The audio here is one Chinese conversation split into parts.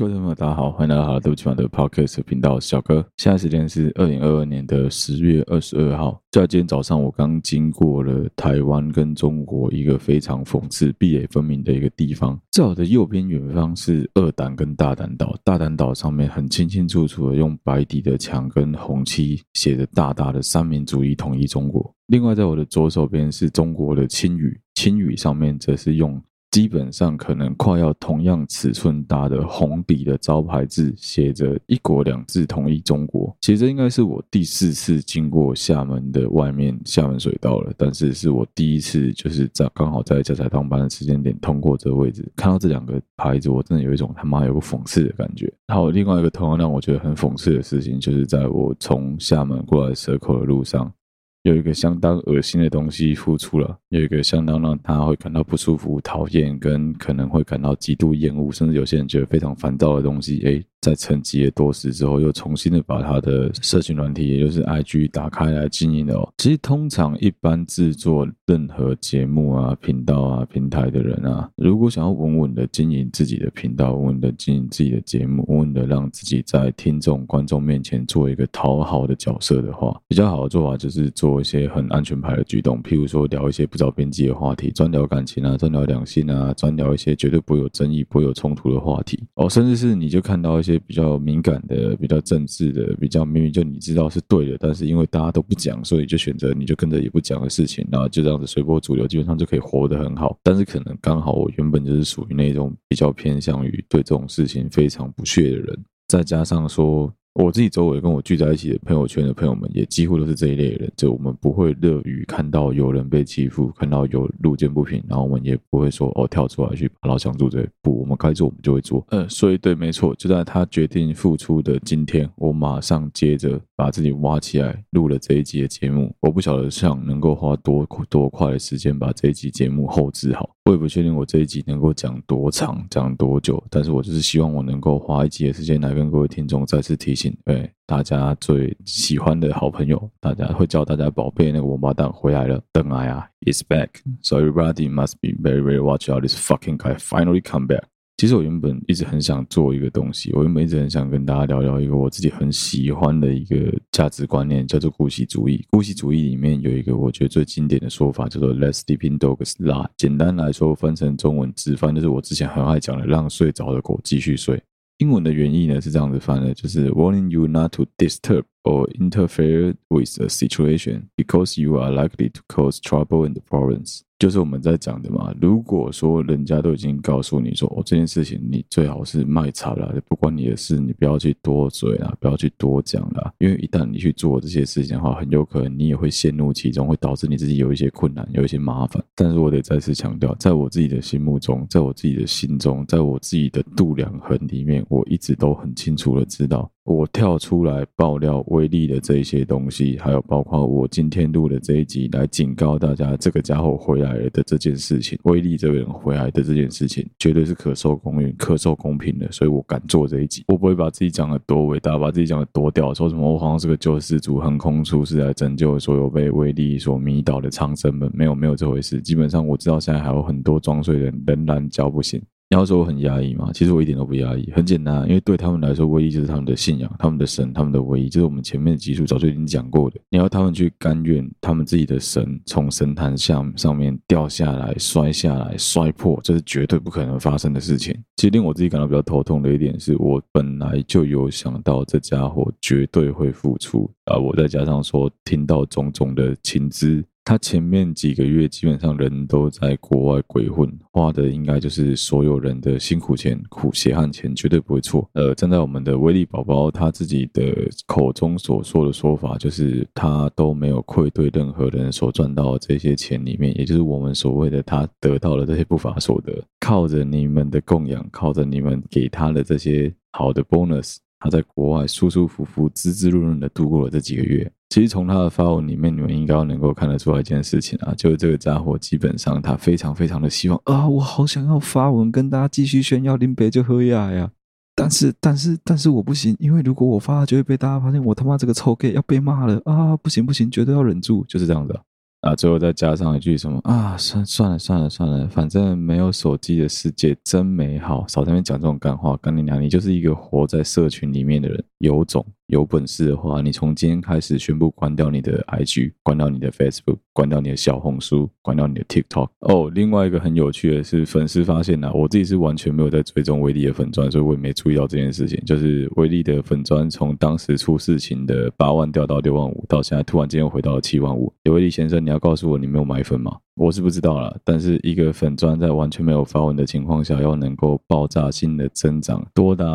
各位朋友大家好，欢迎来到好了对不起嘛的 Podcast 频道，小哥。现在时间是2022年的10月22号。就在今天早上，我刚经过了台湾跟中国一个非常讽刺、壁垒分明的一个地方。在我的右边远方是二胆跟大胆岛，大胆岛上面很清清楚楚的用白底的墙跟红漆写着大大的三民主义统一中国。另外在我的左手边是中国的青屿，青屿上面则是用基本上可能快要同样尺寸大的红底的招牌字写着一国两制统一中国。其实这应该是我第4次经过厦门的外面厦门水道了，但是是我第一次就是刚好在加彩当班的时间点通过这个位置，看到这两个牌子我真的有一种他妈有个讽刺的感觉。还有另外一个同样让我觉得很讽刺的事情，就是在我从厦门过来蛇口的路上，有一个相当恶心的东西付出了，有一个相当让他会感到不舒服、讨厌，跟可能会感到极度厌恶，甚至有些人觉得非常烦躁的东西，在沉寂了多时之后，又重新的把他的社群软体，也就是 IG 打开来经营了哦。其实通常一般制作任何节目啊、频道啊、平台的人啊，如果想要稳稳的经营自己的频道，稳稳的经营自己的节目，稳稳的让自己在听众、观众面前做一个讨好的角色的话，比较好的做法就是做一些很安全牌的举动，譬如说聊一些不着边际的话题，专聊感情啊，专聊两性啊，专聊一些绝对不会有争议、不会有冲突的话题哦，甚至是你就看到一些比较敏感的、比较政治的、比较明明就你知道是对的，但是因为大家都不讲，所以就选择你就跟着也不讲的事情，然后就这样子随波逐流，基本上就可以活得很好。但是可能刚好我原本就是属于那种比较偏向于对这种事情非常不屑的人，再加上说我自己周围跟我聚在一起的朋友圈的朋友们也几乎都是这一类的人，就我们不会乐于看到有人被欺负，看到有路见不平，然后我们也不会说跳出来去把老想住这不，我们该做我们就会做。所以对，没错，就在他决定复出的今天，我马上接着把自己挖起来录了这一集的节目。我不晓得像能够花多快的时间把这一集节目后置好，我也不确定我这一集能够讲多长，讲多久，但是我就是希望我能够花一集的时间来跟各位听众再次提醒，大家最喜欢的好朋友，大家会叫大家宝贝那个王八蛋回来了，邓艾啊 is back, so everybody must be very very watch out this fucking guy finally come back。其实我原本一直很想做一个东西，我原本一直很想跟大家聊聊一个我自己很喜欢的一个价值观念，叫做姑息主义。姑息主义里面有一个我觉得最经典的说法，叫做 Let sleeping dogs lie。简单来说，翻成中文直翻就是我之前很爱讲的，让睡着的狗继续睡。英文的原意呢是这样子翻的，就是 warning you not to disturb or interfere with a situation because you are likely to cause trouble in the province。就是我们在讲的嘛，如果说人家都已经告诉你说这件事情你最好是卖惨啦，不关你的事，你不要去多嘴啦，不要去多讲啦，因为一旦你去做这些事情的话，很有可能你也会陷入其中，会导致你自己有一些困难，有一些麻烦。但是我得再次强调，在我自己的心目中，在我自己的心中，在我自己的度量衡里面，我一直都很清楚的知道，我跳出来爆料威力的这一些东西，还有包括我今天录的这一集来警告大家这个家伙回来了的这件事情，威力这个人回来的这件事情绝对是可受公允、可受公平的，所以我敢做这一集。我不会把自己讲得多伟大，把自己讲得多屌，说什么我好像是个救世主，横空出世来拯救所有被威力所迷倒的苍生们，没有这回事。基本上我知道现在还有很多装睡的人仍然叫不醒。你要说我很压抑吗？其实我一点都不压抑，很简单，因为对他们来说，威力就是他们的信仰、他们的神、他们的唯一，就是我们前面的集数早就已经讲过的。你要他们去甘愿他们自己的神从神坛上面掉下来、摔下来、摔破，这是绝对不可能发生的事情。其实令我自己感到比较头痛的一点是，我本来就有想到这家伙绝对会复出，我再加上说听到种种的情资。他前面几个月基本上人都在国外鬼混，花的应该就是所有人的辛苦钱、血汗钱，绝对不会错。站在我们的威力宝宝他自己的口中所说的说法，就是他都没有愧对任何人所赚到的这些钱里面，也就是我们所谓的他得到的这些不法所得，靠着你们的供养，靠着你们给他的这些好的 bonus， 他在国外舒舒服服、滋滋润润的度过了这几个月。其实从他的发文里面，你们应该能够看得出来一件事情啊，就是这个家伙基本上他非常非常的希望我好想要发文跟大家继续炫耀林北就喝呀，但是我不行，因为如果我发了就会被大家发现我他妈这个臭 gay 要被骂了不行，绝对要忍住，就是这样子最后再加上一句什么算了，反正没有手机的世界真美好，少在那边讲这种干话，干你娘，你就是一个活在社群里面的人，有种有本事的话，你从今天开始宣布关掉你的 IG， 关掉你的 Facebook， 关掉你的小红书，关掉你的 TikTok。另外一个很有趣的是，粉丝发现我自己是完全没有在追踪威力的粉专，所以我也没注意到这件事情，就是威力的粉专从当时出事情的8万掉到6万5，到现在突然间又回到了7万5。威力先生，你要告诉我你没有买粉吗？我是不知道啦，但是一个粉专在完全没有发文的情况下，要能够爆炸性的增长多达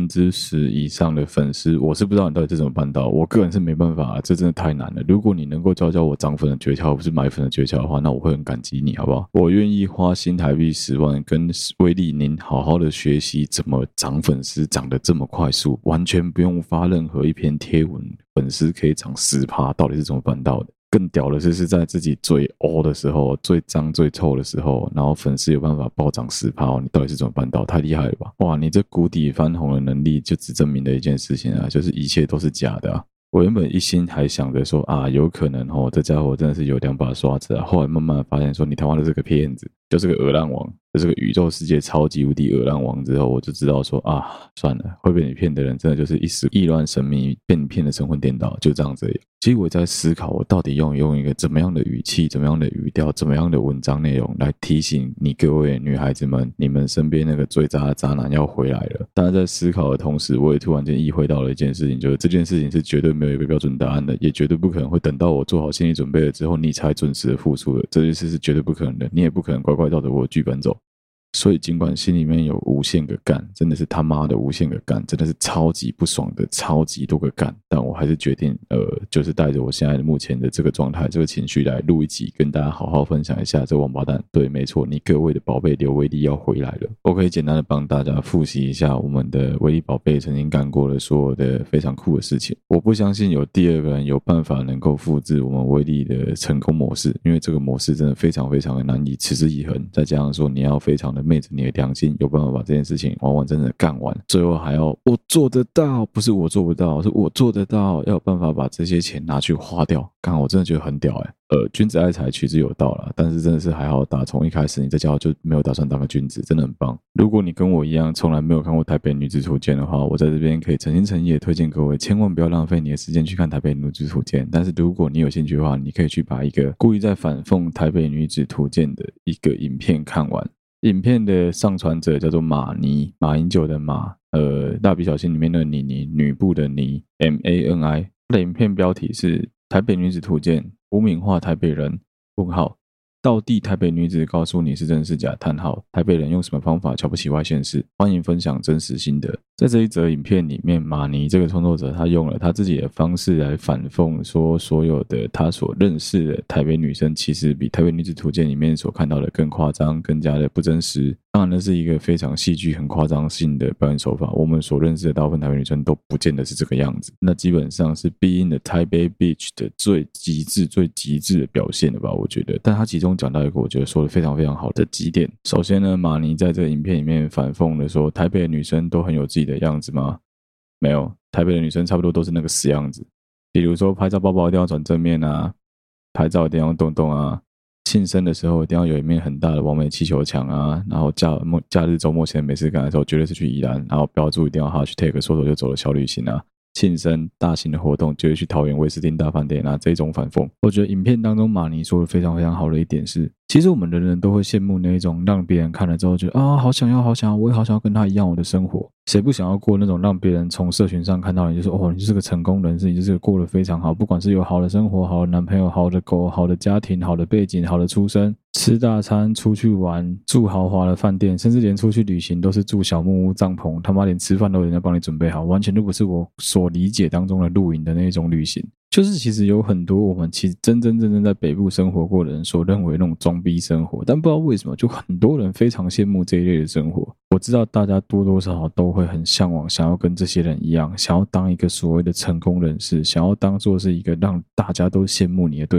10%以上的粉丝，我是不知道你到底是怎么办到，我个人是没办法这真的太难了。如果你能够教我涨粉的诀窍，不是买粉的诀窍的话，那我会很感激你，好不好？我愿意花新台币10万跟威力您好好的学习怎么涨粉丝，涨得这么快速，完全不用发任何一篇贴文，粉丝可以涨10%，到底是怎么办到的？更屌的是在自己最的时候，最脏最臭的时候，然后粉丝有办法暴涨10%，你到底是怎么办到？太厉害了吧！哇，你这谷底翻红的能力就只证明了一件事情就是一切都是假的啊。我原本一心还想着说有可能这家伙真的是有2把刷子后来慢慢发现说你他妈的是个骗子，就是个鹅烂王，就是个宇宙世界超级无敌鹅烂王之后，我就知道说算了，会被你骗的人真的就是一时意乱神迷，被你骗得神魂颠倒，就这样子而已。其实我在思考，我到底用一个怎么样的语气、怎么样的语调、怎么样的文章内容来提醒你各位女孩子们，你们身边那个最渣的渣男要回来了。大家在思考的同时，我也突然间意会到了一件事情，就是这件事情是绝对没有一个标准答案的，也绝对不可能会等到我做好心理准备了之后，你才准时的付出的。这件事是绝对不可能的，你也不可能乖乖照着我的剧本走。所以尽管心里面有无限个干，真的是他妈的无限个干，真的是超级不爽的超级多个干，但我还是决定就是带着我现在目前的这个状态这个情绪来录一集，跟大家好好分享一下这王八蛋。对，没错，你各位的宝贝刘威力要回来了。我可以简单的帮大家复习一下我们的威力宝贝曾经干过的所有的非常酷的事情。我不相信有第二个人有办法能够复制我们威力的成功模式，因为这个模式真的非常非常的难以持之以恒，再加上说你要非常的昧着你的良心，有办法把这件事情完完整整的干完，最后还要我做得到，不是我做不到，是我做得到，要有办法把这些钱拿去花掉。干，我真的觉得很屌君子爱财，取之有道啦，但是真的是还好打从一开始你在家就没有打算当个君子，真的很棒。如果你跟我一样从来没有看过台北女子图鉴的话，我在这边可以诚心诚意的推荐各位，千万不要浪费你的时间去看台北女子图鉴。但是如果你有兴趣的话，你可以去把一个故意在反讽台北女子图鉴的一个影片看完。影片的上传者叫做马尼，马英九的马，蜡笔小新里面的妮妮，女部的妮 ，MANI。它的影片标题是台北女子图鉴，污名化台北人，问号。道地台北女子告诉你是真是假？叹号。台北人用什么方法瞧不起外县市？欢迎分享真实心得。在这一则影片里面，马尼这个创作者他用了他自己的方式来反讽说，所有的他所认识的台北女生其实比台北女子图鉴里面所看到的更夸张，更加的不真实。当然那是一个非常戏剧很夸张性的表演手法，我们所认识的大部分台北女生都不见得是这个样子，那基本上是 Being the Taipei Bitch 的最极致的表现了吧，我觉得。但他其中讲到一个我觉得说的非常非常好的几点。首先呢，马尼在这个影片里面反讽的说，台北的女生都很有自己的样子吗？没有，台北的女生差不多都是那个死样子。比如说拍照包包一定要转正面啊，拍照一定要用动动啊，庆生的时候一定要有一面很大的完美气球墙啊，然后假日周末前没事干的时候绝对是去宜兰，然后标注一定要 hashtag 说走就走的小旅行啊，庆生大型的活动就会去桃园威斯汀大饭店啊，这种反讽。我觉得影片当中马尼说的非常非常好的一点是，其实我们人人都会羡慕那种让别人看了之后觉得好想要，我也好想要跟他一样我的生活。谁不想要过那种让别人从社群上看到你就说你就是个成功人士，你就是个过得非常好，不管是有好的生活、好的男朋友、好的狗、好的家庭、好的背景、好的出身，吃大餐、出去玩、住豪华的饭店，甚至连出去旅行都是住小木屋帐篷，他妈连吃饭都有人家帮你准备好，完全都不是我所理解当中的露营的那种旅行。就是其实有很多我们其实真正在北部生活过的人所认为那种装逼生活，但不知道为什么就很多人非常羡慕这一类的生活。我知道大家多多少少都会很向往，想要跟这些人一样，想要当一个所谓的成功人士，想要当做是一个让大家都羡慕你的对象。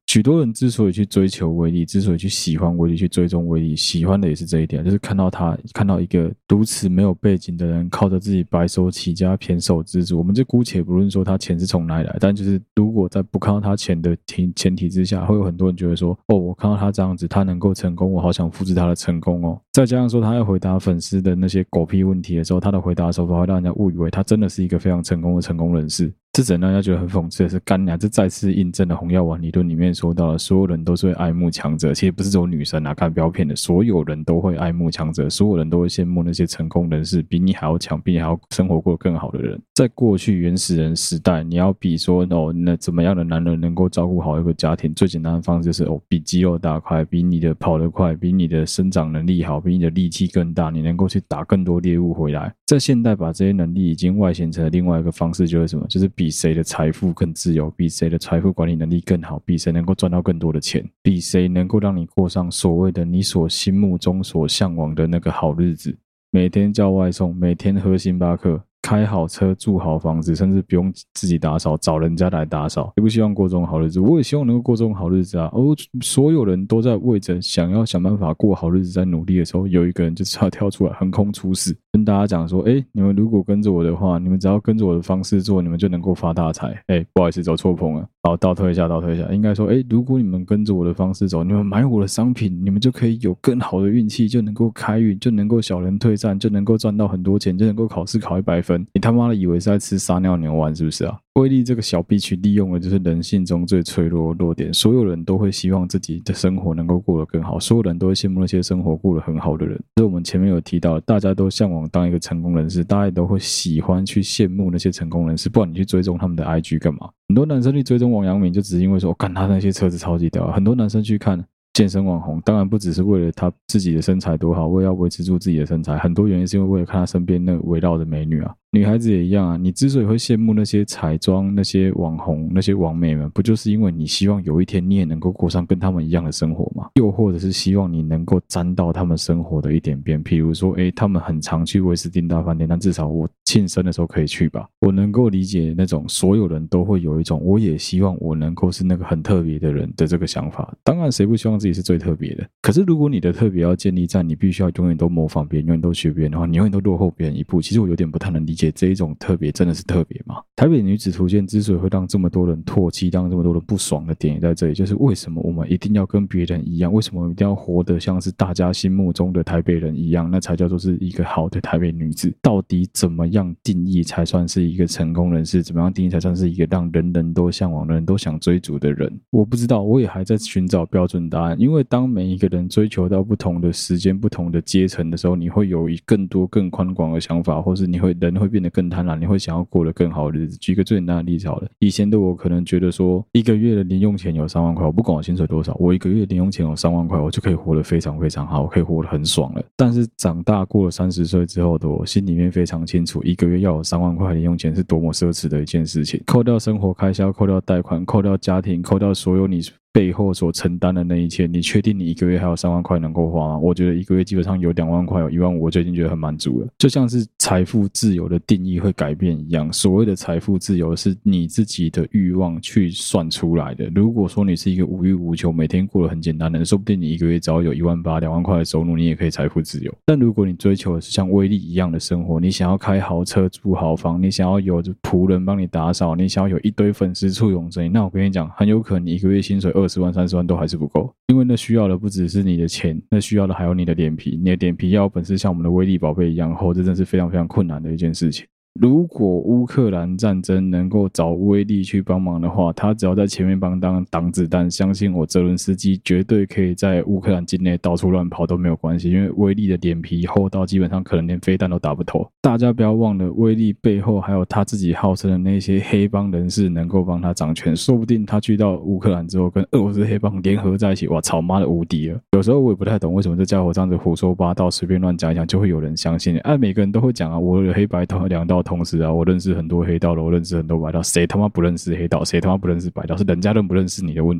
许多人之所以去追求威力，之所以去喜欢威力，去追踪威力，喜欢的也是这一点，就是看到一个如此没有背景的人，靠着自己白手起家、胼手知足。我们就姑且不论说他钱是从哪里来，但就是如果在不看到他钱的前提之下，会有很多人觉得说，哦，我看到他这样子，他能够成功，我好想复制他的成功哦。再加上说他要回答粉丝的那些狗屁问题的时候，他的回答手法会让人家误以为他真的是一个非常成功的成功人士。这只能让人家觉得很讽刺的是，干娘这再次印证了红药丸理论里面说到了，所有人都是会爱慕强者，其实不是只有女生啊，看不要骗的，所有人都会爱慕强者，所有人都会羡慕那些成功人士，比你还要强，比你还要生活过得更好的人。在过去原始人时代，你要比说哦，那怎么样的男人能够照顾好一个家庭，最简单的方式就是哦，比肌肉大块，比你的跑得快，比你的生长能力好，比你的力气更大，你能够去打更多猎物回来。在现代把这些能力已经外显成了另外一个方式，就是什么？就是比谁的财富更自由，比谁的财富管理能力更好，比谁能够赚到更多的钱，比谁能够让你过上所谓的你所心目中所向往的那个好日子。每天叫外送，每天喝星巴克，开好车，住好房子，甚至不用自己打扫，找人家来打扫，也不希望过这种好日子。我也希望能够过这种好日子啊！所有人都在为着想要想办法过好日子在努力的时候，有一个人就是要跳出来横空出世，跟大家讲说：你们如果跟着我的话，你们只要跟着我的方式做，你们就能够发大财。不好意思，走错棚了。好，倒退一下，应该说，如果你们跟着我的方式走，你们买我的商品，你们就可以有更好的运气，就能够开运，就能够小人退散，就能够赚到很多钱，就能够考试考100分。你他妈的以为是在吃撒尿牛丸是不是啊？威力这个小 bitch 利用的就是人性中最脆弱的弱点，所有人都会希望自己的生活能够过得更好，所有人都会羡慕那些生活过得很好的人。所以我们前面有提到，大家都向往当一个成功人士，大家也都会喜欢去羡慕那些成功人士，不然你去追踪他们的 IG 干嘛？很多男生去追踪王阳明就只是因为说，干他那些车子超级屌。很多男生去看健身网红，当然不只是为了他自己的身材多好，为了要维持住自己的身材，很多原因是因为为了看他身边那围绕的美女啊。女孩子也一样啊，你之所以会羡慕那些彩妆、那些网红、那些网美们，不就是因为你希望有一天你也能够过上跟他们一样的生活吗？又或者是希望你能够沾到他们生活的一点边，譬如说，他们很常去威斯汀大饭店，但至少我庆生的时候可以去吧。我能够理解那种所有人都会有一种我也希望我能够是那个很特别的人的这个想法。当然谁不希望自己是最特别的，可是如果你的特别要建立在你必须要永远都模仿别人，永远都学别人的话，你永远都落后别人一步。其实我有点不太能理解这一种特别真的是特别吗？台北女子图鉴之所以会让这么多人唾弃，让这么多人不爽的点也在这里，就是为什么我们一定要跟别人一样，为什么我们一定要活得像是大家心目中的台北人一样，那才叫做是一个好的台北女子。到底怎么样定义才算是一个成功人士？怎么样定义才算是一个让人人都向往的人都想追逐的人？我不知道，我也还在寻找标准答案。因为当每一个人追求到不同的时间、不同的阶层的时候，你会有更多更宽广的想法，或是人会变得更贪婪，你会想要过得更好的日子。举个最简单的例子好了，以前的我可能觉得说，一个月的零用钱有3万块，我不管我薪水多少，我一个月零用钱有3万块，我就可以活得非常非常好，我可以活得很爽了。但是长大过了30岁之后的我，心里面非常清楚，一个月要有3万块零用钱是多么奢侈的一件事情。扣掉生活开销，扣掉贷款，扣掉家庭，扣掉所有你背后所承担的那一切，你确定你一个月还有3万块能够花吗？我觉得一个月基本上有2万块，有1万5，我就已经觉得很满足了。就像是财富自由的定义会改变一样，所谓的财富自由是你自己的欲望去算出来的。如果说你是一个无欲无求，每天过得很简单的人，说不定你一个月只要有1万8、2万块的收入，你也可以财富自由。但如果你追求的是像威力一样的生活，你想要开豪车、住豪房，你想要有仆人帮你打扫，你想要有一堆粉丝簇拥着你，那我跟你讲，很有可能你一个月薪水20万、30万都还是不够，因为那需要的不只是你的钱，那需要的还有你的脸皮。你的脸皮要有本事像我们的威力宝贝一样厚，这真是非常非常困难的一件事情。如果乌克兰战争能够找威力去帮忙的话，他只要在前面帮当挡子弹，相信我，泽伦斯基绝对可以在乌克兰境内到处乱跑都没有关系，因为威力的脸皮厚到基本上可能连飞弹都打不透。大家不要忘了，威力背后还有他自己号称的那些黑帮人士能够帮他掌权，说不定他去到乌克兰之后跟俄罗斯黑帮联合在一起，哇操妈的无敌了。有时候我也不太懂为什么这家伙这样子胡说八道随便乱讲一讲就会有人相信。每个人都会讲啊，我有黑白两道同时啊，我认识很多黑道的，我认识很多白道，谁他妈不认识黑道，谁他妈不认识白道，是人家认不认识你的问题啊。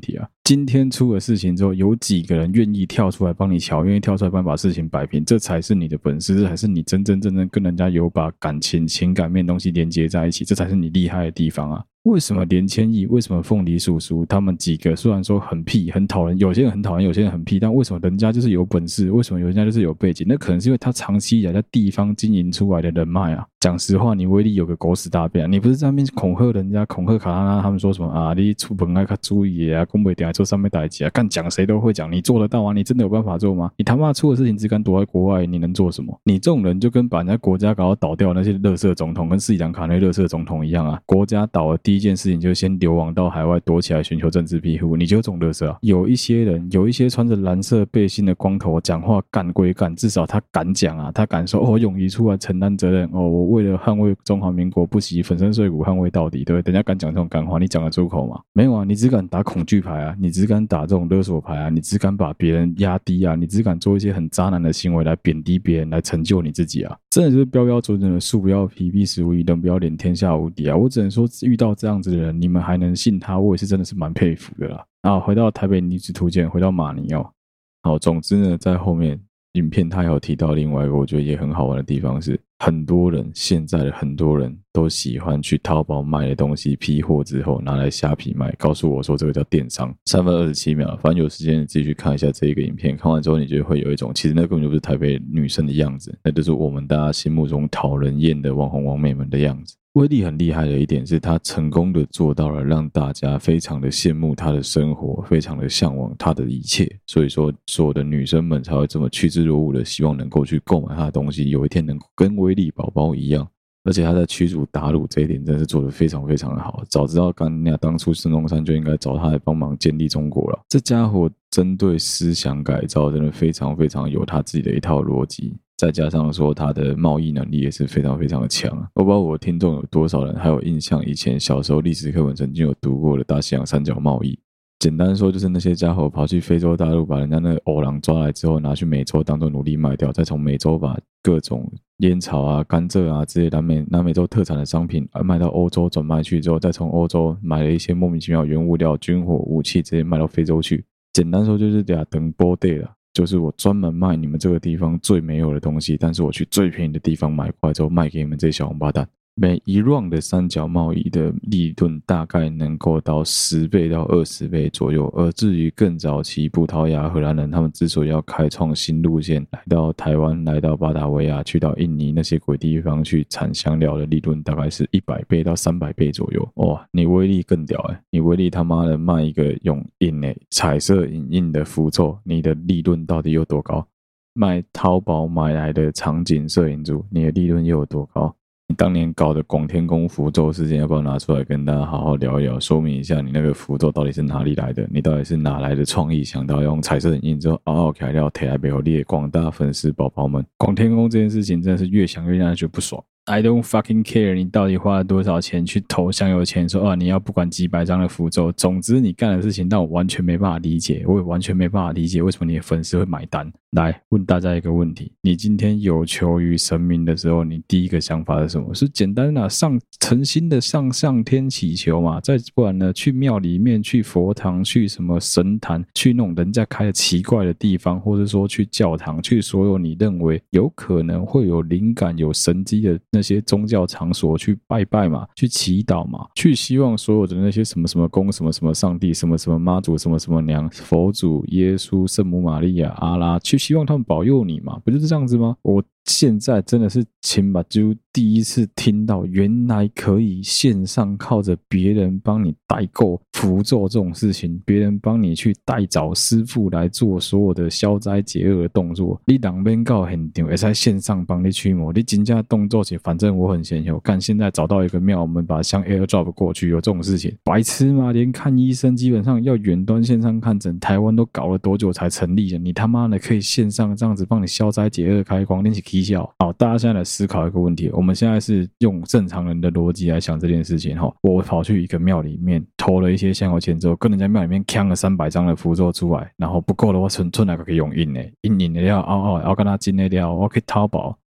今天出了事情之后，有几个人愿意跳出来帮你瞧，愿意跳出来帮你把事情摆平，这才是你的本事，这才是你真正跟人家有把感情、情感面东西连接在一起，这才是你厉害的地方啊！为什么连千亿，为什么凤梨叔叔他们几个虽然说很屁很讨人，有些人很讨厌，有些人很屁，但为什么人家就是有本事？为什么人家就是有背景？那可能是因为他长期以来在地方经营出来的人脉啊。讲实话，你威力有个狗屎大便啊！你不是在那边恐吓人家，恐吓卡拉拉他们说什么啊？你出门要较注意啊，公不点来做上面代志啊，干讲谁都会讲，你做得到啊？你真的有办法做吗？你他妈出的事情只敢躲在国外，你能做什么？你这种人就跟把人家国家搞到倒掉那些垃圾总统，跟斯里兰卡那些垃圾总统一样啊！国家倒了第一件事情就是先流亡到海外躲起来寻求政治庇护，你就这种垃圾啊！有一些人，有一些穿着蓝色背心的光头，讲话干归干，至少他敢讲啊，他敢说哦，勇于出来承担责任哦，我为了捍卫中华民国不惜粉身碎骨捍卫到底，对不对？人家敢讲这种干话，你讲得出口吗？没有啊，你只敢打恐惧牌啊，你只敢打这种勒索牌啊，你只敢把别人压低啊，你只敢做一些很渣男的行为来贬低别人，来成就你自己啊！真的就是标标准准的树不要皮，必死无疑，人不要脸，天下无敌啊！我只能说，遇到这样子的人，你们还能信他，我也是真的是蛮佩服的啦。啊，回到台北女子图鉴，回到马尼奥。好，总之呢，在后面影片他有提到另外一个我觉得也很好玩的地方是，很多人现在的很多人都喜欢去淘宝买的东西批货之后拿来虾皮卖，告诉我说这个叫电商。3分27秒，反正有时间你自己去看一下这一个影片，看完之后你就会有一种其实那根本就不是台北女生的样子，那就是我们大家心目中讨人厌的网红网美们的样子。威力很厉害的一点是他成功的做到了让大家非常的羡慕他的生活，非常的向往他的一切，所以说所有的女生们才会这么趋之若鹜的希望能够去购买他的东西，有一天能够跟威力宝宝一样。而且他在驱逐鞑虏这一点真的是做得非常非常的好，早知道当初孙中山就应该找他来帮忙建立中国了。这家伙针对思想改造真的非常非常有他自己的一套逻辑，再加上说他的贸易能力也是非常非常的强啊！我不知道我的听众有多少人还有印象，以前小时候历史课本曾经有读过的大西洋三角贸易。简单说就是那些家伙跑去非洲大陆，把人家那个欧郎抓来之后拿去美洲当做奴隶卖掉，再从美洲把各种烟草啊、甘蔗啊之类南美洲特产的商品卖到欧洲转卖去之后，再从欧洲买了一些莫名其妙的原物料、军火、武器直接卖到非洲去。简单说就是俩等波地了，就是我专门卖你们这个地方最没有的东西，但是我去最便宜的地方买过来之后卖给你们这些小王八蛋。每一 round 的三角贸易的利润大概能够到10倍到20倍左右，而至于更早期葡萄牙、荷兰人他们之所以要开创新路线，来到台湾、来到巴达维亚、去到印尼那些鬼地方去产香料的利润大概是100倍到300倍左右。哇，你威力更屌你威力他妈的卖一个用彩色影印的符咒，你的利润到底有多高？卖淘宝买来的场景摄影组，你的利润又有多高？你当年搞的广天宫符咒事件要不要拿出来跟大家好好聊一聊，说明一下你那个符咒到底是哪里来的，你到底是哪来的创意想到用彩色影印之后嗷嗷开料贴在背后列广大粉丝宝宝们。广天宫这件事情真的是越想越让人觉得不爽。I don't fucking care 你到底花了多少钱去投香油钱，说你要不管几百张的符咒，总之你干的事情让我完全没办法理解，我也完全没办法理解为什么你的粉丝会买单。来问大家一个问题，你今天有求于神明的时候，你第一个想法是什么？是简单的诚心的上天祈求嘛，再不然呢去庙里面、去佛堂、去什么神坛、去那种人家开的奇怪的地方，或者说去教堂、去所有你认为有可能会有灵感、有神迹的那些宗教场所去拜拜嘛，去祈祷嘛，去希望所有的那些什么什么公、什么什么上帝、什么什么妈祖、什么什么娘、佛祖、耶稣、圣母玛利亚、阿拉，去希望他们保佑你嘛，不就是这样子吗？我现在真的是亲把就第一次听到原来可以线上靠着别人帮你代购符咒这种事情，别人帮你去代找师傅来做所有的消灾解厄的动作，你人免到现场也在线上帮你驱魔，你真正动作起反正我很闲有干，现在找到一个庙我们把香 airdrop 过去，有这种事情白痴吗？连看医生基本上要远端线上看诊，台湾都搞了多久才成立的，你他妈的可以线上这样子帮你消灾解厄开光，你是起笑。好，大家现在来思考一个问题，我们现在是用正常人的逻辑来想这件事情。我跑去一个庙里面投了一些香油钱之后，跟人家庙里面抢了300张的符咒出来，然后不够的话存来可以用印的，印的料，跟他金的料，我可以淘宝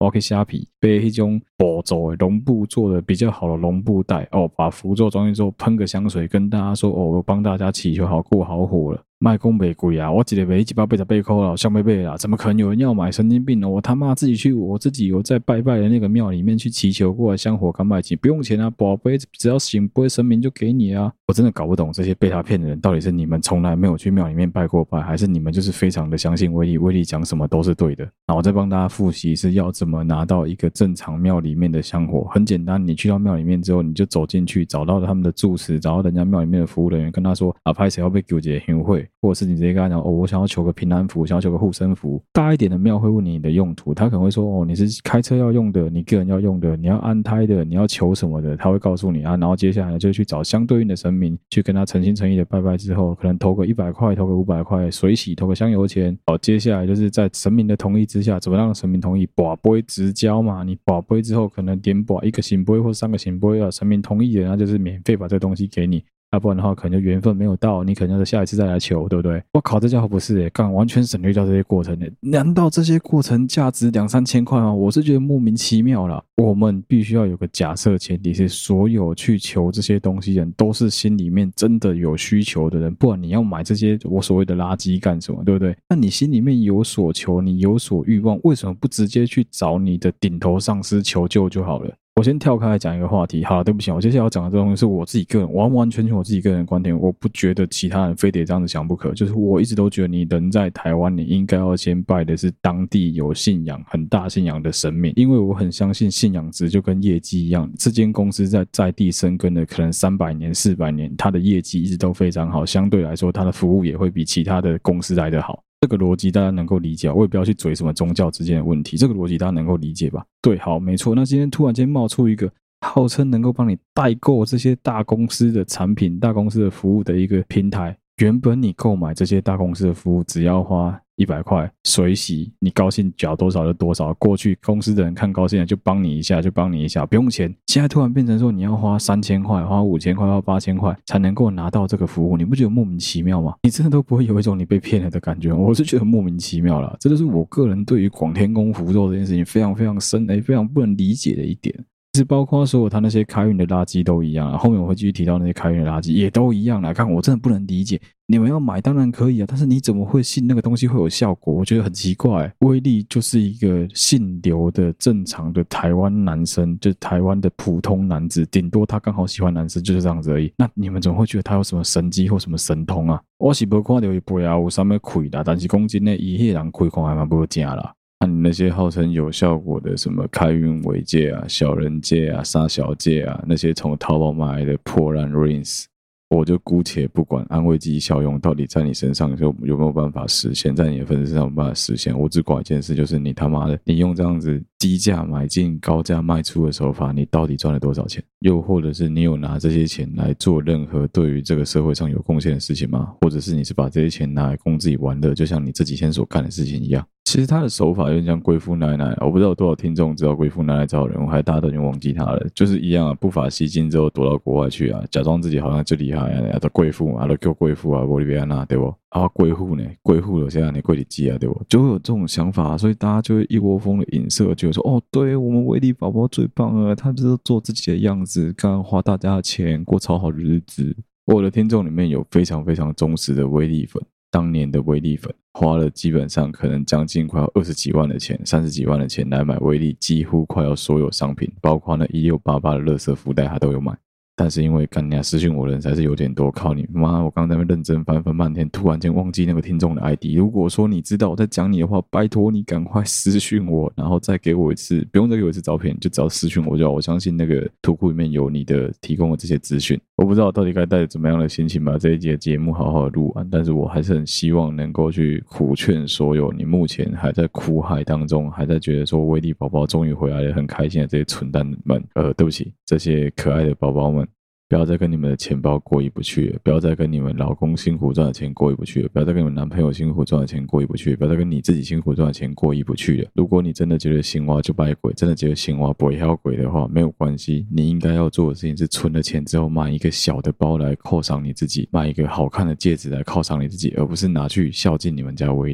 我要去虾皮买迄种布做的绒布做的比较好的绒布袋把符咒装进之后喷个香水，跟大家说我帮大家祈求好过好火了。卖讲袂贵啊，我一个卖188块啦，想买买啦，怎么可能有人要买？神经病哦！我他妈自己有在拜拜的那个庙里面去祈求过香火干卖钱，不用钱啊，宝贝只要醒不会神明就给你啊！我真的搞不懂这些被他骗的人，到底是你们从来没有去庙里面拜过拜，还是你们就是非常的相信威力，威力讲什么都是对的？那我再帮大家复习是要怎么拿到一个正常庙里面的香火，很简单，你去到庙里面之后，你就走进去，找到他们的住持，找到人家庙里面的服务人员，跟他说啊，拍谁要被纠结香会。或者是你直接跟他讲我想要求个平安符，想要求个护身符。大一点的庙会问你的用途，他可能会说你是开车要用的，你个人要用的，你要安胎的，你要求什么的，他会告诉你啊。然后接下来就去找相对应的神明，去跟他诚心诚意的拜拜之后，可能投个100块，投个500块，水洗，投个香油钱。接下来就是在神明的同意之下，怎么让神明同意？跋杯直交嘛，你跋杯之后可能点跋1个圣杯或3个圣杯神明同意的，那就是免费把这东西给你。要不然的话可能就缘分没有到，你可能要下一次再来求，对不对？我靠，这家伙不是干完全省略掉这些过程难道这些过程价值2-3千块吗？我是觉得莫名其妙啦。我们必须要有个假设前提是，所有去求这些东西人都是心里面真的有需求的人，不然你要买这些我所谓的垃圾干什么，对不对？那你心里面有所求，你有所欲望，为什么不直接去找你的顶头上司求救就好了？我先跳开来讲一个话题，好了，对不起，我接下来要讲的这东西是我自己个人完完全全我自己个人的观点，我不觉得其他人非得这样子想不可。就是我一直都觉得你人在台湾，你应该要先拜的是当地有信仰很大信仰的神明，因为我很相信信仰值就跟业绩一样，这间公司在地生根了可能300年400年，它的业绩一直都非常好，相对来说它的服务也会比其他的公司来得好。这个逻辑大家能够理解，我也不要去嘴什么宗教之间的问题，这个逻辑大家能够理解吧？对，好，没错。那今天突然间冒出一个号称能够帮你代购这些大公司的产品、大公司的服务的一个平台，原本你购买这些大公司的服务只要花100块水洗，你高兴缴多少就多少，过去公司的人看高兴了就帮你一下，不用钱。现在突然变成说你要花3000块、花5000块、花8000块才能够拿到这个服务，你不觉得莫名其妙吗？你真的都不会有一种你被骗了的感觉吗？我是觉得莫名其妙啦，这就是我个人对于广天宫符咒这件事情非常非常深非常不能理解的一点。其实包括所有他那些开运的垃圾都一样后面我会继续提到那些开运的垃圾也都一样看我真的不能理解，你们要买当然可以但是你怎么会信那个东西会有效果？我觉得很奇怪。威力就是一个姓刘的正常的台湾男生，就是台湾的普通男子，顶多他刚好喜欢男生，就是这样子而已。那你们怎么会觉得他有什么神机或什么神通啊？我是没看到一杯有什么亏啦，但是讲真的以那人亏看还蛮不正啦。你那些号称有效果的什么开运尾戒小人戒杀小戒那些从淘宝买来的破烂 rings， 我就姑且不管安慰剂效用到底在你身上有没有办法实现，在你的粉丝身上有没有办法实现，我只管一件事，就是你他妈的你用这样子低价买进高价卖出的手法，你到底赚了多少钱？又或者是你有拿这些钱来做任何对于这个社会上有贡献的事情吗？或者是你是把这些钱拿来供自己玩乐，就像你这几天所干的事情一样？其实他的手法有点像贵妇奶奶，我不知道有多少听众知道贵妇奶奶这号人物，还大家都已经忘记他了。就是一样不法吸金之后躲到国外去假装自己好像最厉害都贵妇都叫贵妇玻利维亚那对不？贵妇呢？贵妇了现在你贵里鸡对不？就会有这种想法，所以大家就会一窝蜂的影射，觉得说对我们威力宝宝最棒了，他就是做自己的样子，刚刚花大家的钱过超好的日子。我的听众里面有非常非常忠实的威力粉，当年的威力粉花了基本上可能将近快要20几万的钱30几万的钱来买威力几乎快要所有商品，包括那1688的垃圾福袋他都有买。但是因为干你私讯我的人才是有点多，靠你妈！我刚才在那边认真翻半天，突然间忘记那个听众的 ID。如果说你知道我在讲你的话，拜托你赶快私讯我，然后再给我一次，不用再给我一次照片，就只要私讯我就好。我相信那个图库里面有你的提供的这些资讯。我不知道我到底该带着怎么样的心情把这一集的节目好好的录完，但是我还是很希望能够去苦劝所有你目前还在苦海当中，还在觉得说威力宝宝终于回来了很开心的这些蠢蛋们，对不起，这些可爱的宝宝们。不要再跟你们的钱包过意不去了，不要再跟你们老公辛苦赚的钱过意不去了，不要再跟你们男朋友辛苦赚的钱过意不去了，不要再跟你自己辛苦赚的钱过意不去了。如果你真的觉得青蛙就拜鬼，真的觉得青蛙不会挑鬼的话，没有关系，你应该要做的事情是存了钱之后买一个小的包来犒赏你自己，买一个好看的戒指来犒赏你自己，而不是拿去孝敬你们家威力。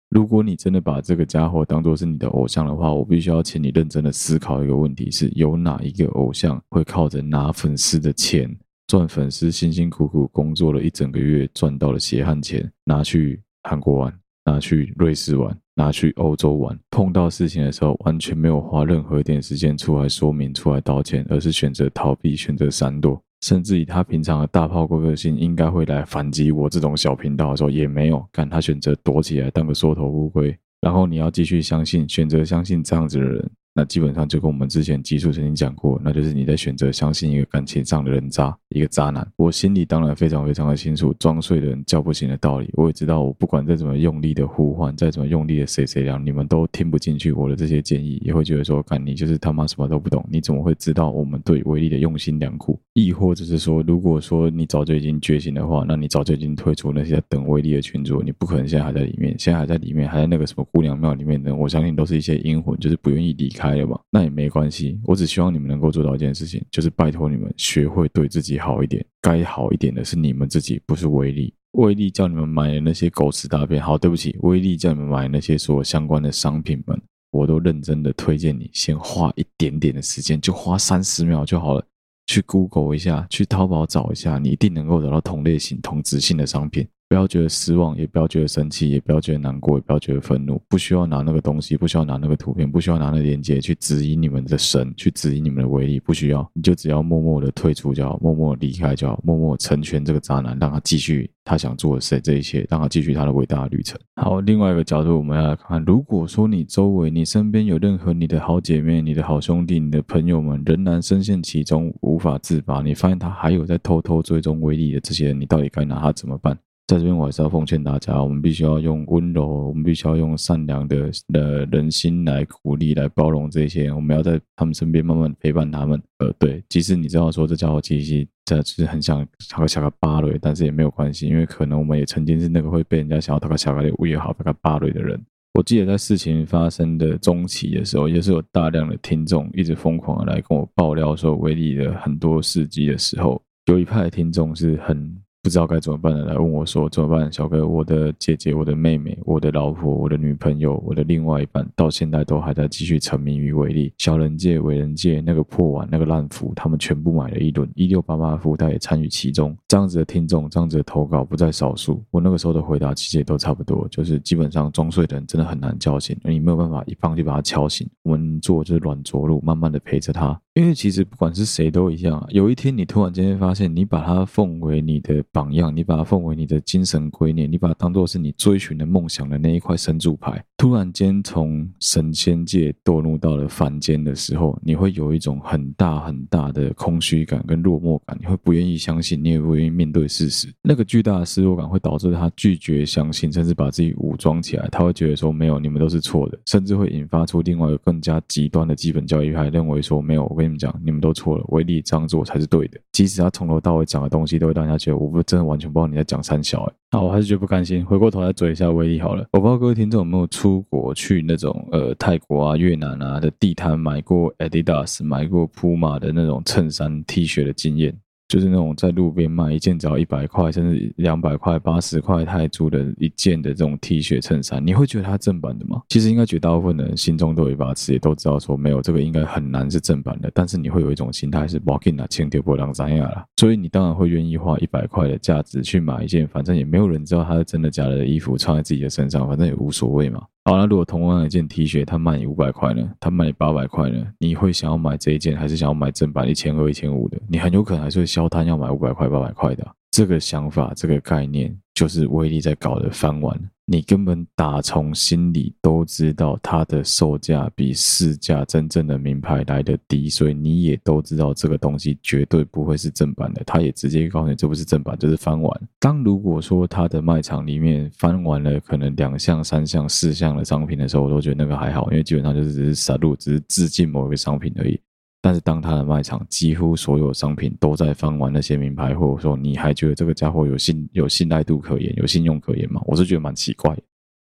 如果你真的把这个家伙当作是你的偶像的话，我必须要请你认真的思考一个问题是，有哪一个偶像会靠着拿粉丝的钱，赚粉丝辛辛苦苦工作了一整个月赚到的血汗钱，拿去韩国玩，拿去瑞士玩，拿去欧洲玩，碰到事情的时候完全没有花任何一点时间出来说明出来道歉，而是选择逃避，选择闪躲，甚至以他平常的大炮哥个性应该会来反击我这种小频道的时候也没有，干他选择躲起来当个缩头乌龟。然后你要继续相信，选择相信这样子的人，那基本上就跟我们之前集数曾经讲过，那就是你在选择相信一个感情上的人渣，一个渣男。我心里当然非常非常的清楚装睡的人叫不醒的道理，我也知道我不管再怎么用力的呼唤，再怎么用力的谁凉，你们都听不进去我的这些建议，也会觉得说干你就是他妈什么都不懂，你怎么会知道我们对威力的用心良苦。亦或者是说，如果说你早就已经觉醒的话，那你早就已经退出那些在等威力的群组，你不可能现在还在里面，现在还在里面，还在那个什么姑娘庙里面的，我相信都是一些阴魂，就是不愿意离开了吧。那也没关系，我只希望你们能够做到一件事情，就是拜托你们学会对自己好一点，该好一点的是你们自己，不是威力。威力叫你们买的那些狗屎大便，好，对不起，威力叫你们买的那些所有相关的商品们，我都认真的推荐你先花一点点的时间，就花30秒就好了，去 Google 一下，去淘宝找一下，你一定能够找到同类型、同质性的商品。不要觉得失望，也不要觉得生气，也不要觉得难过，也不要觉得愤怒，不需要拿那个东西，不需要拿那个图片，不需要拿那个链接去质疑你们的神，去质疑你们的威力，不需要，你就只要默默的退出就好，默默的离开就好，默默成全这个渣男，让他继续他想做的事，这一切，让他继续他的伟大的旅程。好，另外一个角度我们要来看看，如果说你周围、你身边有任何你的好姐妹、你的好兄弟、你的朋友们仍然深陷其中无法自拔，你发现他还有在偷偷追踪威力的这些人，你到底该拿他怎么办？在这边我还是要奉劝大家，我们必须要用温柔，我们必须要用善良的人心来鼓励，来包容这些人，我们要在他们身边慢慢陪伴他们。对，即使你知道说这家伙其实就是很想小个巴雷，但是也没有关系，因为可能我们也曾经是那个会被人家想要他个小个的也好，他个巴雷的人。我记得在事情发生的中期的时候，也是有大量的听众一直疯狂的来跟我爆料说威力的很多事迹的时候，有一派的听众是很不知道该怎么办的来问我说怎么办，小哥，我的姐姐、我的妹妹、我的老婆、我的女朋友、我的另外一半到现在都还在继续沉迷于威力，小人界、伟人界那个破碗、那个烂服，他们全部买了一轮1688服，他也参与其中。这样子的听众，这样子的投稿不在少数。我那个时候的回答其实也都差不多，就是基本上装睡的人真的很难叫醒，你没有办法一棒就把他敲醒。我们做就是软着陆，慢慢的陪着他。因为其实不管是谁都一样，有一天你突然间发现，你把他奉为你的榜样，你把他奉为你的精神圭臬，你把他当作是你追寻的梦想的那一块神主牌，突然间从神仙界堕入到了凡间的时候，你会有一种很大很大的空虚感跟落寞感，你会不愿意相信，你也不愿意面对事实。那个巨大的失落感会导致他拒绝相信，甚至把自己武装起来，他会觉得说没有，你们都是错的，甚至会引发出另外一个更加极端的基本教义派，认为说没有，我跟你们讲，你们都错了，威力这样做才是对的。即使他从头到尾讲的东西都会让人家觉得我真的完全不知道你在讲三小那我还是觉得不甘心，回过头来嘴一下威力好了。我不知道各位听众有没有出国去那种泰国啊、越南啊的地摊买过 Adidas、买过 Puma 的那种衬衫 T 恤的经验。就是那种在路边卖一件只要100块甚至200块80块泰铢的一件的这种 T 恤衬衫，你会觉得它正版的吗？其实应该绝大部分的人心中都有一把尺，也都知道说没有，这个应该很难是正版的，但是你会有一种心态是要紧啦，钱丢不让怎样啦，所以你当然会愿意花100块的价值去买一件反正也没有人知道它是真的假的衣服穿在自己的身上，反正也无所谓嘛。好，那如果同样一件 T 恤，它卖你500块呢，它卖你800块呢，你会想要买这一件，还是想要买正版1200、1500的？你很有可能还是会消摊要买500块、800块的这个想法，这个概念，就是威力在搞的翻玩。你根本打从心里都知道它的售价比市价真正的名牌来得低，所以你也都知道这个东西绝对不会是正版的，他也直接告诉你这不是正版，这是翻玩。当如果说他的卖场里面翻完了可能2项、3项、4项的商品的时候，我都觉得那个还好，因为基本上就是只是杀戮，只是致敬某一个商品而已。但是当他的卖场几乎所有商品都在翻完那些名牌，或者说你还觉得这个家伙有信赖度可言，有信用可言吗？我是觉得蛮奇怪的。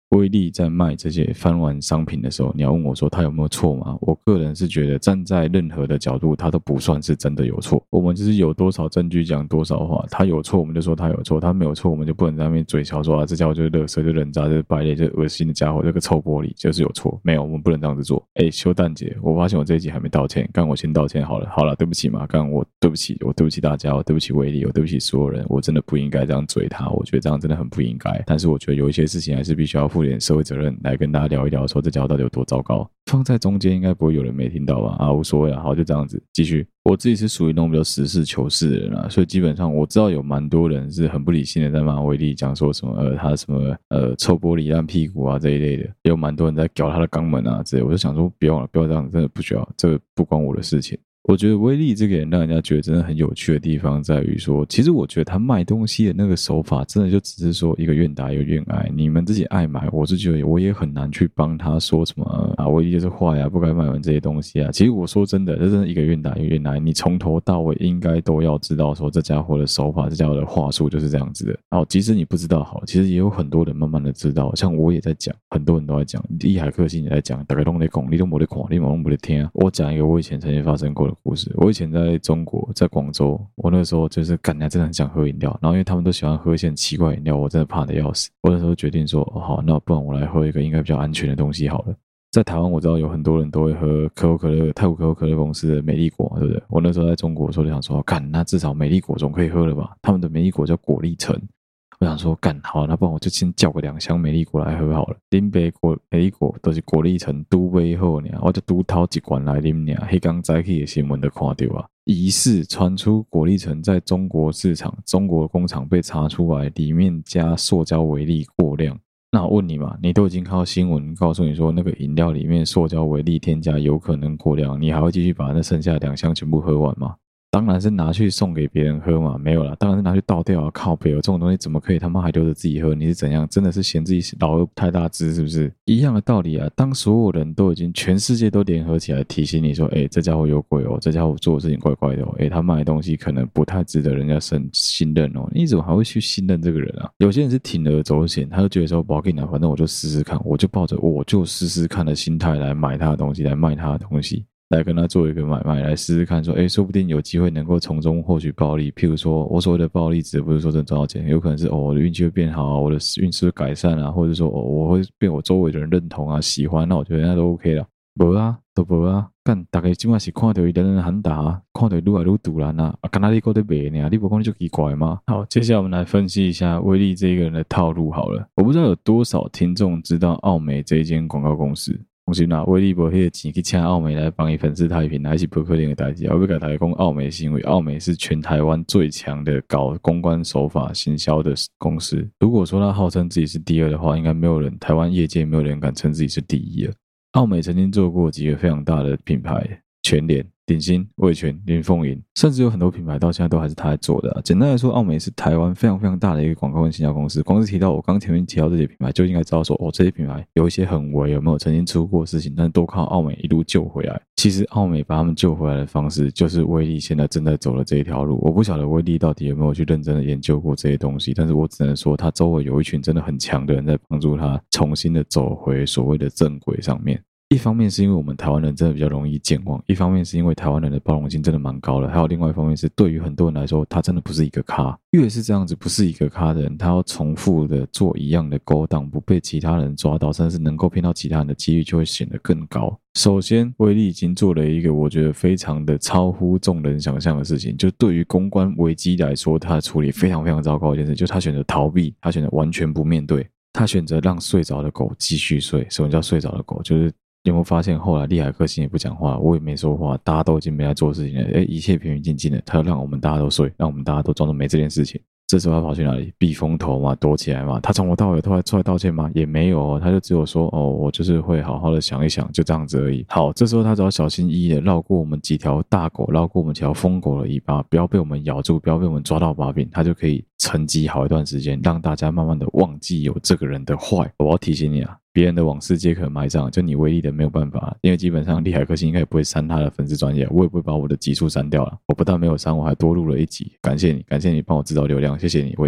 威力在卖这些翻玩商品的时候，你要问我说他有没有错吗？我个人是觉得站在任何的角度，他都不算是真的有错。我们就是有多少证据讲多少话，他有错我们就说他有错，他没有错我们就不能在那边嘴嘲说啊这家伙就是垃圾，就人渣，就是败类，就是恶心的家伙，这个臭玻璃就是有错。没有，我们不能这样子做。修蛋姐，我发现我这一集还没道歉，干我先道歉好了。好了，对不起嘛，干我对不起，我对不起大家，我对不起威力，我对不起所有人，我真的不应该这样嘴他，我觉得这样真的很不应该。但是我觉得有一些事情还是必须要负点社会责任来跟大家聊一聊，说这家伙到底有多糟糕。放在中间应该不会有人没听到吧？啊，无所谓啊，好，就这样子继续。我自己是属于那种比较实事求是的人啊，所以基本上我知道有蛮多人是很不理性的在骂威力，讲说什么他什么臭玻璃烂屁股啊这一类的，也有蛮多人在搞他的肛门啊之类，我就想说不要了，不要这样子，真的不需要，这个不关我的事情。我觉得威力这个人让人家觉得真的很有趣的地方在于说，其实我觉得他卖东西的那个手法真的就只是说一个愿打一个愿挨，你们自己爱买，我是觉得我也很难去帮他说什么啊威力就是坏啊，不该卖完这些东西啊。其实我说真的，这真的一个愿打一个愿挨，你从头到尾应该都要知道说这家伙的手法，这家伙的话术就是这样子的。然后即使你不知道好，其实也有很多人慢慢的知道，像我也在讲，很多人都在讲，利海克星也在讲，大家都在讲，你都没得看，你都没得听啊。我讲一个我以前曾经发生过的故事。我以前在中国，在广州，我那时候就是感觉真的很想喝饮料，然后因为他们都喜欢喝一些很奇怪的饮料，我真的怕的要死。我那时候决定说，好，那不然我来喝一个应该比较安全的东西好了。在台湾我知道有很多人都会喝可口可乐，泰国可口可乐公司的美丽果，对不对？我那时候在中国的时候就想说，干，那至少美丽果总可以喝了吧？他们的美丽果叫果粒橙。我想说干好，那不然我就先叫个2箱美丽果来喝好了。啉杯美丽果都是果粒橙拄买好呢，我就拄掏一罐来啉呢。迄刚早起的新闻都看到啊，疑似传出果粒橙在中国市场、中国工厂被查出来，里面加塑胶微粒过量。那我问你嘛，你都已经看到新闻告诉你说那个饮料里面塑胶微粒添加有可能过量，你还会继续把那剩下2箱全部喝完吗？当然是拿去送给别人喝嘛，没有啦，当然是拿去倒掉啊！靠北哦，这种东西怎么可以他妈还留着自己喝？你是怎样？真的是嫌自己老二太大只是不是？一样的道理啊！当所有人都已经全世界都联合起来提醒你说，这家伙有鬼哦，这家伙做的事情怪怪的哦，他卖的东西可能不太值得人家信任哦，你怎么还会去信任这个人啊？有些人是铤而走险，他就觉得说，不要紧啦，反正我就试试看，我就抱着我就试试看的心态来买他的东西，来卖他的东西。来跟他做一个买卖，来试试看说，说不定有机会能够从中获取暴利。譬如说，我所谓的暴利指不是说真的赚到钱，有可能是我的运气会变好啊，我的运势会改善啊，或者说我会被我周围的人认同啊、喜欢，那我觉得那都 OK 了。没啊，都没啊，干大家今晚是看到人人喊打啊，看到愈来愈突然啊，刚才你搁在卖呢，你不讲你就奇怪吗？好，接下来我们来分析一下威力这个人的套路好了。我不知道有多少听众知道奥美这一间广告公司。我是拿威力没那个钱去请奥美来帮伊粉丝太平，还是不可能的代志。我要跟大家讲，奥美是因为奥美是全台湾最强的搞公关手法行销的公司。如果说他号称自己是第2的话，应该没有人，台湾业界没有人敢称自己是第1了。奥美曾经做过几个非常大的品牌，全联、鼎新、味全、林凤营，甚至有很多品牌到现在都还是他在做的简单来说，奥美是台湾非常非常大的一个广告跟行销公司。光是提到我刚前面提到这些品牌，就应该知道说，这些品牌有一些很微，有没有曾经出过事情，但是都靠奥美一路救回来。其实奥美把他们救回来的方式，就是威力现在正在走的这一条路。我不晓得威力到底有没有去认真的研究过这些东西，但是我只能说，他周围有一群真的很强的人在帮助他重新的走回所谓的正轨上面。一方面是因为我们台湾人真的比较容易健忘，一方面是因为台湾人的包容性真的蛮高的，还有另外一方面是对于很多人来说，他真的不是一个咖。越是这样子不是一个咖的人，他要重复的做一样的勾当，不被其他人抓到，甚至能够骗到其他人的几率就会显得更高。首先，威力已经做了一个我觉得非常的超乎众人想象的事情，就对于公关危机来说，他的处理非常非常糟糕的一件事，就是他选择逃避，他选择完全不面对，他选择让睡着的狗继续睡。什么叫睡着的狗？就是有没有发现后来利海克星也不讲话，我也没说话，大家都已经没在做事情了，一切平平静静的，他要让我们大家都睡，让我们大家都装作没这件事情。这时候他跑去哪里？避风头嘛，躲起来嘛。他从头到尾都还出来道歉吗？也没有哦，他就只有说我就是会好好的想一想，就这样子而已。好，这时候他只要小心翼翼的绕过我们几条大狗，绕过我们几条疯狗的尾巴，不要被我们咬住，不要被我们抓到把柄，他就可以沉寂好一段时间，让大家慢慢的忘记有这个人的坏。我要提醒你啊，别人的往事皆可埋葬，就你威力的没有办法，因为基本上利海克星应该也不会删他的粉丝专页，我也不会把我的集数删掉了。我不但没有删，我还多录了1集，感谢你帮我制造流量，谢谢你威力。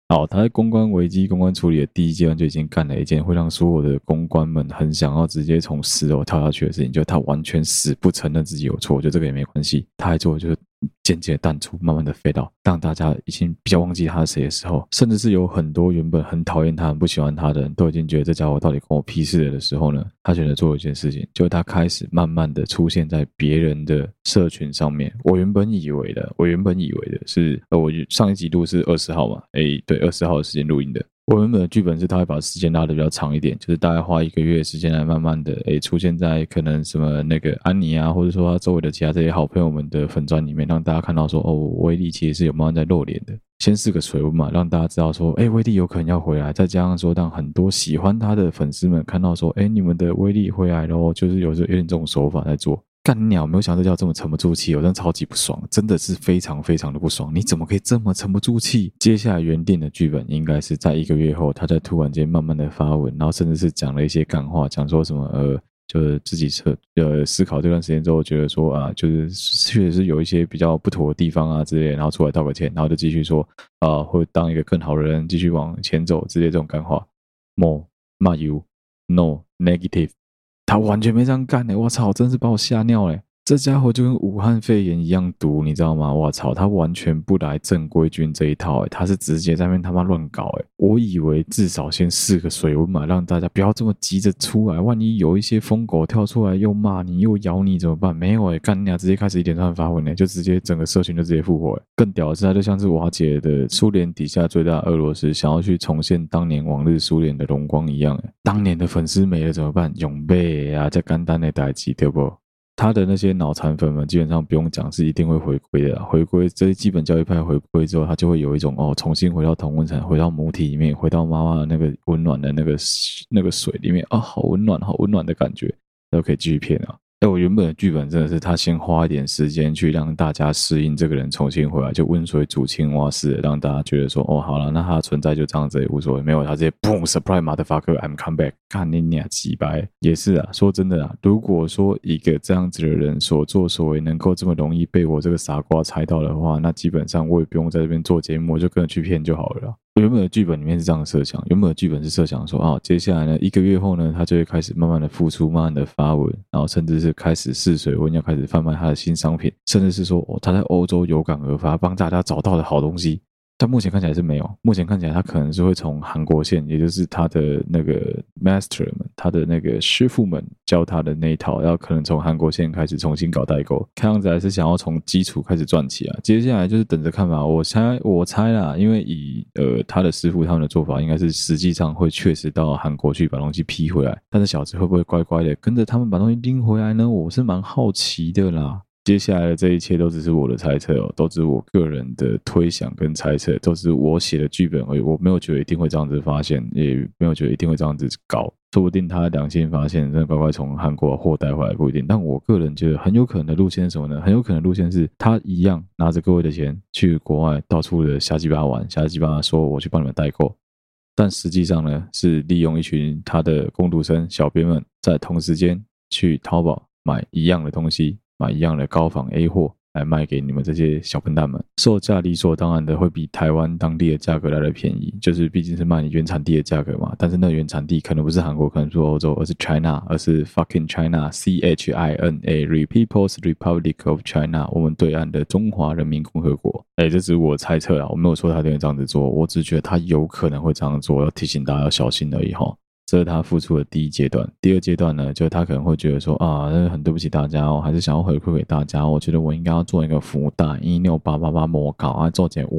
好，他在公关危机、公关处理的第一阶段就已经干了一件会让所有的公关们很想要直接从10楼跳下去的事情，就是他完全死不承认自己有错。我觉得这个也没关系，他还做的就是渐渐淡出，慢慢的飞到，当大家已经比较忘记他是谁的时候，甚至是有很多原本很讨厌他、很不喜欢他的人都已经觉得这家伙到底跟我屁事了的时候呢，他选择做一件事情，就是他开始慢慢的出现在别人的社群上面。我原本以为的是，我上一集录是20号嘛，对，20号的时间录音的。我原本的剧本是他会把时间拉得比较长一点，就是大概花1个月的时间来慢慢的出现在可能什么那个安妮啊，或者说他周围的其他这些好朋友们的粉专里面，让大家看到说威力其实是有慢慢在露脸的。先是个水温嘛，让大家知道说威力有可能要回来，再加上说让很多喜欢他的粉丝们看到说你们的威力回来咯，就是有点这种手法在做。干鸟，没有想到这叫这么沉不住气，我真的超级不爽，真的是非常非常的不爽。你怎么可以这么沉不住气？接下来原定的剧本应该是在1个月后，他在突然间慢慢的发文，然后甚至是讲了一些干话，讲说什么就是自己思考这段时间之后，觉得说啊，就是确实是有一些比较不妥的地方啊之类的，然后出来道个歉，然后就继续说会当一个更好的人，继续往前走之类这种干话。More 骂 you no negative。他完全没这样干我操，真是把我吓尿这家伙就跟武汉肺炎一样毒，你知道吗？我操，他完全不来正规军这一套他是直接在那边他妈乱搞我以为至少先试个水温嘛，让大家不要这么急着出来，万一有一些疯狗跳出来又骂你又咬你怎么办？没有干你直接开始一连串发文就直接整个社群就直接复活更屌的是，他就像是瓦解的苏联底下最大俄罗斯想要去重现当年往日苏联的荣光一样当年的粉丝没了怎么办？永背这简单的代志对不？他的那些脑残粉们基本上不用讲是一定会回归的回归这些基本教育派回归之后，他就会有一种重新回到同温层，回到母体里面，回到妈妈的那个温暖的那个水里面好温暖好温暖的感觉，都可以继续骗我原本的剧本真的是他先花一点时间去让大家适应这个人重新回来，就温水煮青蛙似的，让大家觉得说好了，那他的存在就这样子也无所谓。没有，他直接砰 surprise motherfucker I'm come back， 干你娘鸡掰！也是说真的如果说一个这样子的人所作所为能够这么容易被我这个傻瓜猜到的话，那基本上我也不用在这边做节目，我就跟着去骗就好了原本的剧本里面是这样的设想，原本的剧本是设想说接下来呢1个月后呢，他就会开始慢慢的付出，慢慢的发文，然后甚至是开始试水温，要开始贩卖他的新商品，甚至是说他在欧洲有感而发，帮大家找到了好东西。但目前看起来是没有，目前看起来他可能是会从韩国线，也就是他的那个 master 们，他的那个师傅们教他的那一套，要可能从韩国线开始重新搞代购，看样子还是想要从基础开始赚起接下来就是等着看吧，我猜啦，因为以他的师傅他们的做法，应该是实际上会确实到韩国去把东西批回来，但是小子会不会乖乖的跟着他们把东西拎回来呢？我是蛮好奇的啦。接下来的这一切都只是我的猜测都只是我个人的推想跟猜测，都是我写的剧本而已，我没有觉得一定会这样子发现，也没有觉得一定会这样子搞，说不定他良心发现，真的乖乖从韩国货带回来不一定。但我个人觉得很有可能的路线是什么呢？很有可能的路线是他一样拿着各位的钱去国外到处的瞎鸡巴玩，瞎鸡巴说我去帮你们代购，但实际上呢是利用一群他的工读生小编们在同时间去淘宝买一样的东西，买一样的高仿 A 货来卖给你们这些小笨蛋们，售价理所当然的会比台湾当地的价格来的便宜，就是毕竟是卖你原产地的价格嘛。但是那原产地可能不是韩国，可能是欧洲，而是 China， 而是 fucking China CHINA People's Republic of China， 我们对岸的中华人民共和国。这只是我猜测我没有说他一定会这样子做，我只觉得他有可能会这样做，要提醒大家要小心而已这是他付出的第一阶段。第二阶段呢，就是他可能会觉得说很对不起大家还是想要回馈给大家，我觉得我应该要做一个福袋16888模稿做成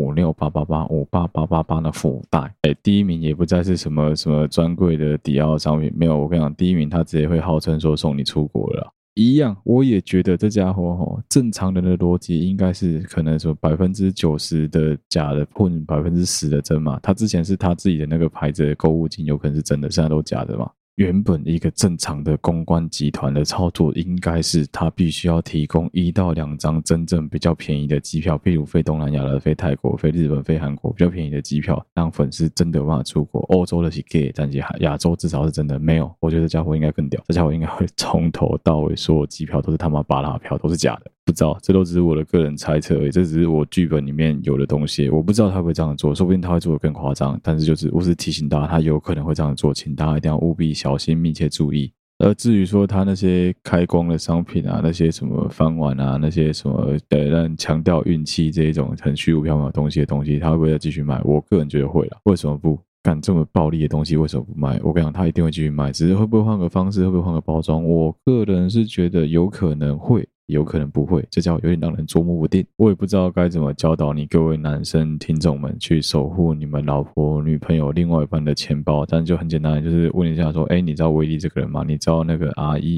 568885888的福袋。第一名也不再是什么专柜的迪奥商品，没有，我跟你讲，第一名他直接会号称说送你出国了一样。我也觉得这家伙正常人的逻辑应该是可能说90%的假的混10%的真嘛。他之前是他自己的那个牌子的购物金有可能是真的，现在都假的嘛。原本一个正常的公关集团的操作应该是他必须要提供1到2张真正比较便宜的机票，譬如飞东南亚的、飞泰国、飞日本、飞韩国比较便宜的机票，让粉丝真的有办法出国。欧洲的是 gay， 但是亚洲至少是真的没有。我觉得这家伙应该更屌，这家伙应该会从头到尾所有机票都是他妈巴拉票，都是假的。 不知道，这都只是我的个人猜测而已，这只是我剧本里面有的东西，我不知道他会这样做，说不定他会做得更夸张，但是我是提醒大家，他有可能会这样做，请大家一定要务必小心，密切注意。而至于说他那些开光的商品啊，那些什么饭碗啊，那些什么让强调运气这一种很虚无缥缈的东西，他会不会再继续卖？我个人觉得会啦，为什么不？干这么暴力的东西为什么不卖？我跟你讲，他一定会继续卖，只是会不会换个方式，会不会换个包装？我个人是觉得有可能会，有可能不会，这叫有点让人捉摸不定。我也不知道该怎么教导你各位男生听众们去守护你们老婆、女朋友、另外一半的钱包，但就很简单，就是问一下说，你知道威力这个人吗？你知道那个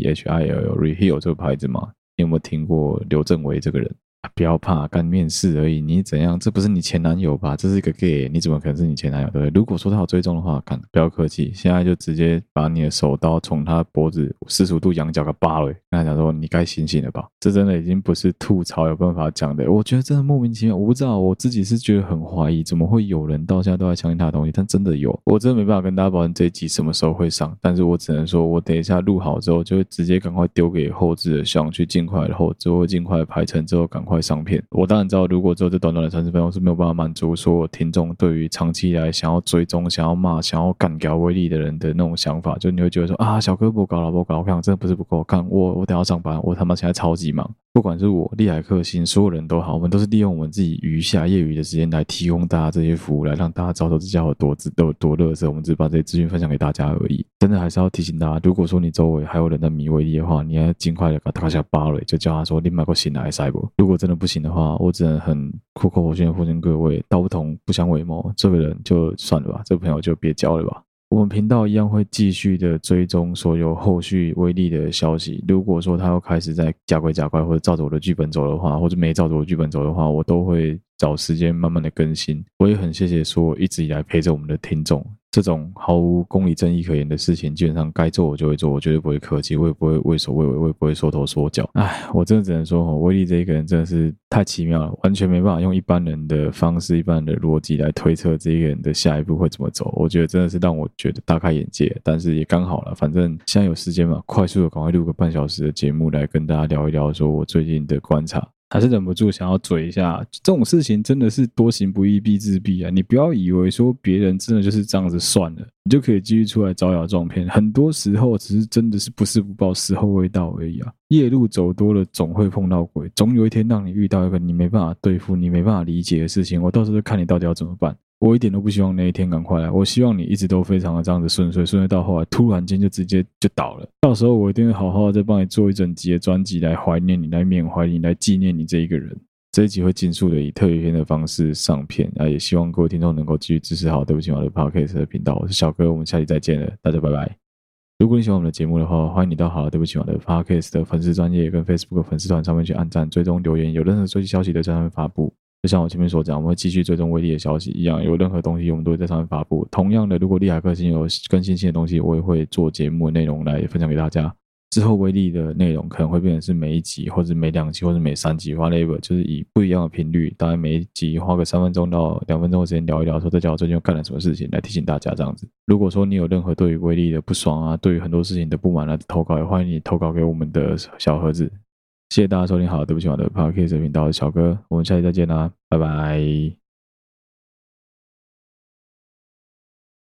REHIL 这个牌子吗？你有没有听过刘正维这个人？不要怕，干面试而已，你怎样？这不是你前男友吧？这是一个 gay， 你怎么可能是你前男友？对不对？如果说他有追踪的话，干不要客气，现在就直接把你的手刀从他脖子45度仰角给扒了，跟他讲说你该醒醒了吧？这真的已经不是吐槽有办法讲的，我觉得真的莫名其妙，我不知道，我自己是觉得很怀疑，怎么会有人到现在都在相信他的东西？但真的有，我真的没办法跟大家保证这一集什么时候会上，但是我只能说我等一下录好之后，就会直接赶快丢给后置的项去尽快的后置，或尽快排成之后赶快上片。我当然知道，如果只有这短短的30分钟是没有办法满足所有听众对于长期以来想要追踪、想要骂、想要干掉威力的人的那种想法，就你会觉得说啊，小哥不搞了，不搞，我看真的不是不够，看我等一下上班，我他妈现在超级忙。不管是我、利海克星，所有人都好，我们都是利用我们自己余下业余的时间来提供大家这些服务，来让大家知道这家伙多垃圾，我们只是把这些资讯分享给大家而已。真的还是要提醒大家，如果说你周围还有人在迷威力的话，你要尽快的给他打下巴雷，就叫他说你买个新来塞不？如果真的不行的话，我只能很苦口婆心的奉劝各位，道不同不相为谋，这个人就算了吧，这个朋友就别交了吧。我们频道一样会继续的追踪所有后续威力的消息。如果说他要开始在假鬼假怪，或者照着我的剧本走的话，或者没照着我的剧本走的话，我都会找时间慢慢的更新。我也很谢谢说一直以来陪着我们的听众。这种毫无公理正义可言的事情，基本上该做我就会做，我绝对不会客气，我也不会畏首畏尾，我也不会缩头缩脚。我真的只能说，威力这一个人真的是太奇妙了，完全没办法用一般人的方式、一般人的逻辑来推测这一个人的下一步会怎么走。我觉得真的是让我觉得大开眼界，但是也刚好了，反正现在有时间嘛，快速的赶快录个半小时的节目来跟大家聊一聊，说我最近的观察。还是忍不住想要嘴一下，这种事情真的是多行不义必自毙啊！你不要以为说别人真的就是这样子算了，你就可以继续出来招摇撞骗。很多时候只是真的是不是不报，时候未到而已啊！夜路走多了，总会碰到鬼，总有一天让你遇到一个你没办法对付、你没办法理解的事情。我到时候看你到底要怎么办。我一点都不希望那一天赶快来，我希望你一直都非常的这样子顺遂到后来突然间就直接就倒了。到时候我一定会好好的再帮你做一整集的专辑来怀念你，来缅怀你，来纪念你这一个人。这一集会尽速的以特别篇的方式上片，也希望各位听众能够继续支持好对不起我的 Podcast 的频道。我是小哥，我们下期再见了，大家拜拜。如果你喜欢我们的节目的话，欢迎你到好对不起我的 Podcast 的粉丝专页跟 Facebook 粉丝团上面去按赞、追踪、留言，有任何最新消息都在上面发布。就像我前面所讲，我们会继续追踪威力的消息一样，有任何东西我们都会在上面发布。同样的，如果利海克星有更新新的东西，我也会做节目的内容来分享给大家。之后威力的内容可能会变成是每一集，或者每2集，或者每3集 whatever， 就是以不一样的频率，大概每一集花个3分钟到2分钟的时间聊一聊，说这家伙最近又干了什么事情，来提醒大家这样子。如果说你有任何对于威力的不爽啊，对于很多事情的不满啊，投稿也欢迎你投稿给我们的小盒子。谢谢大家收听好对不起我的 Podcast 频道的小哥，我们下期再见啦，拜拜。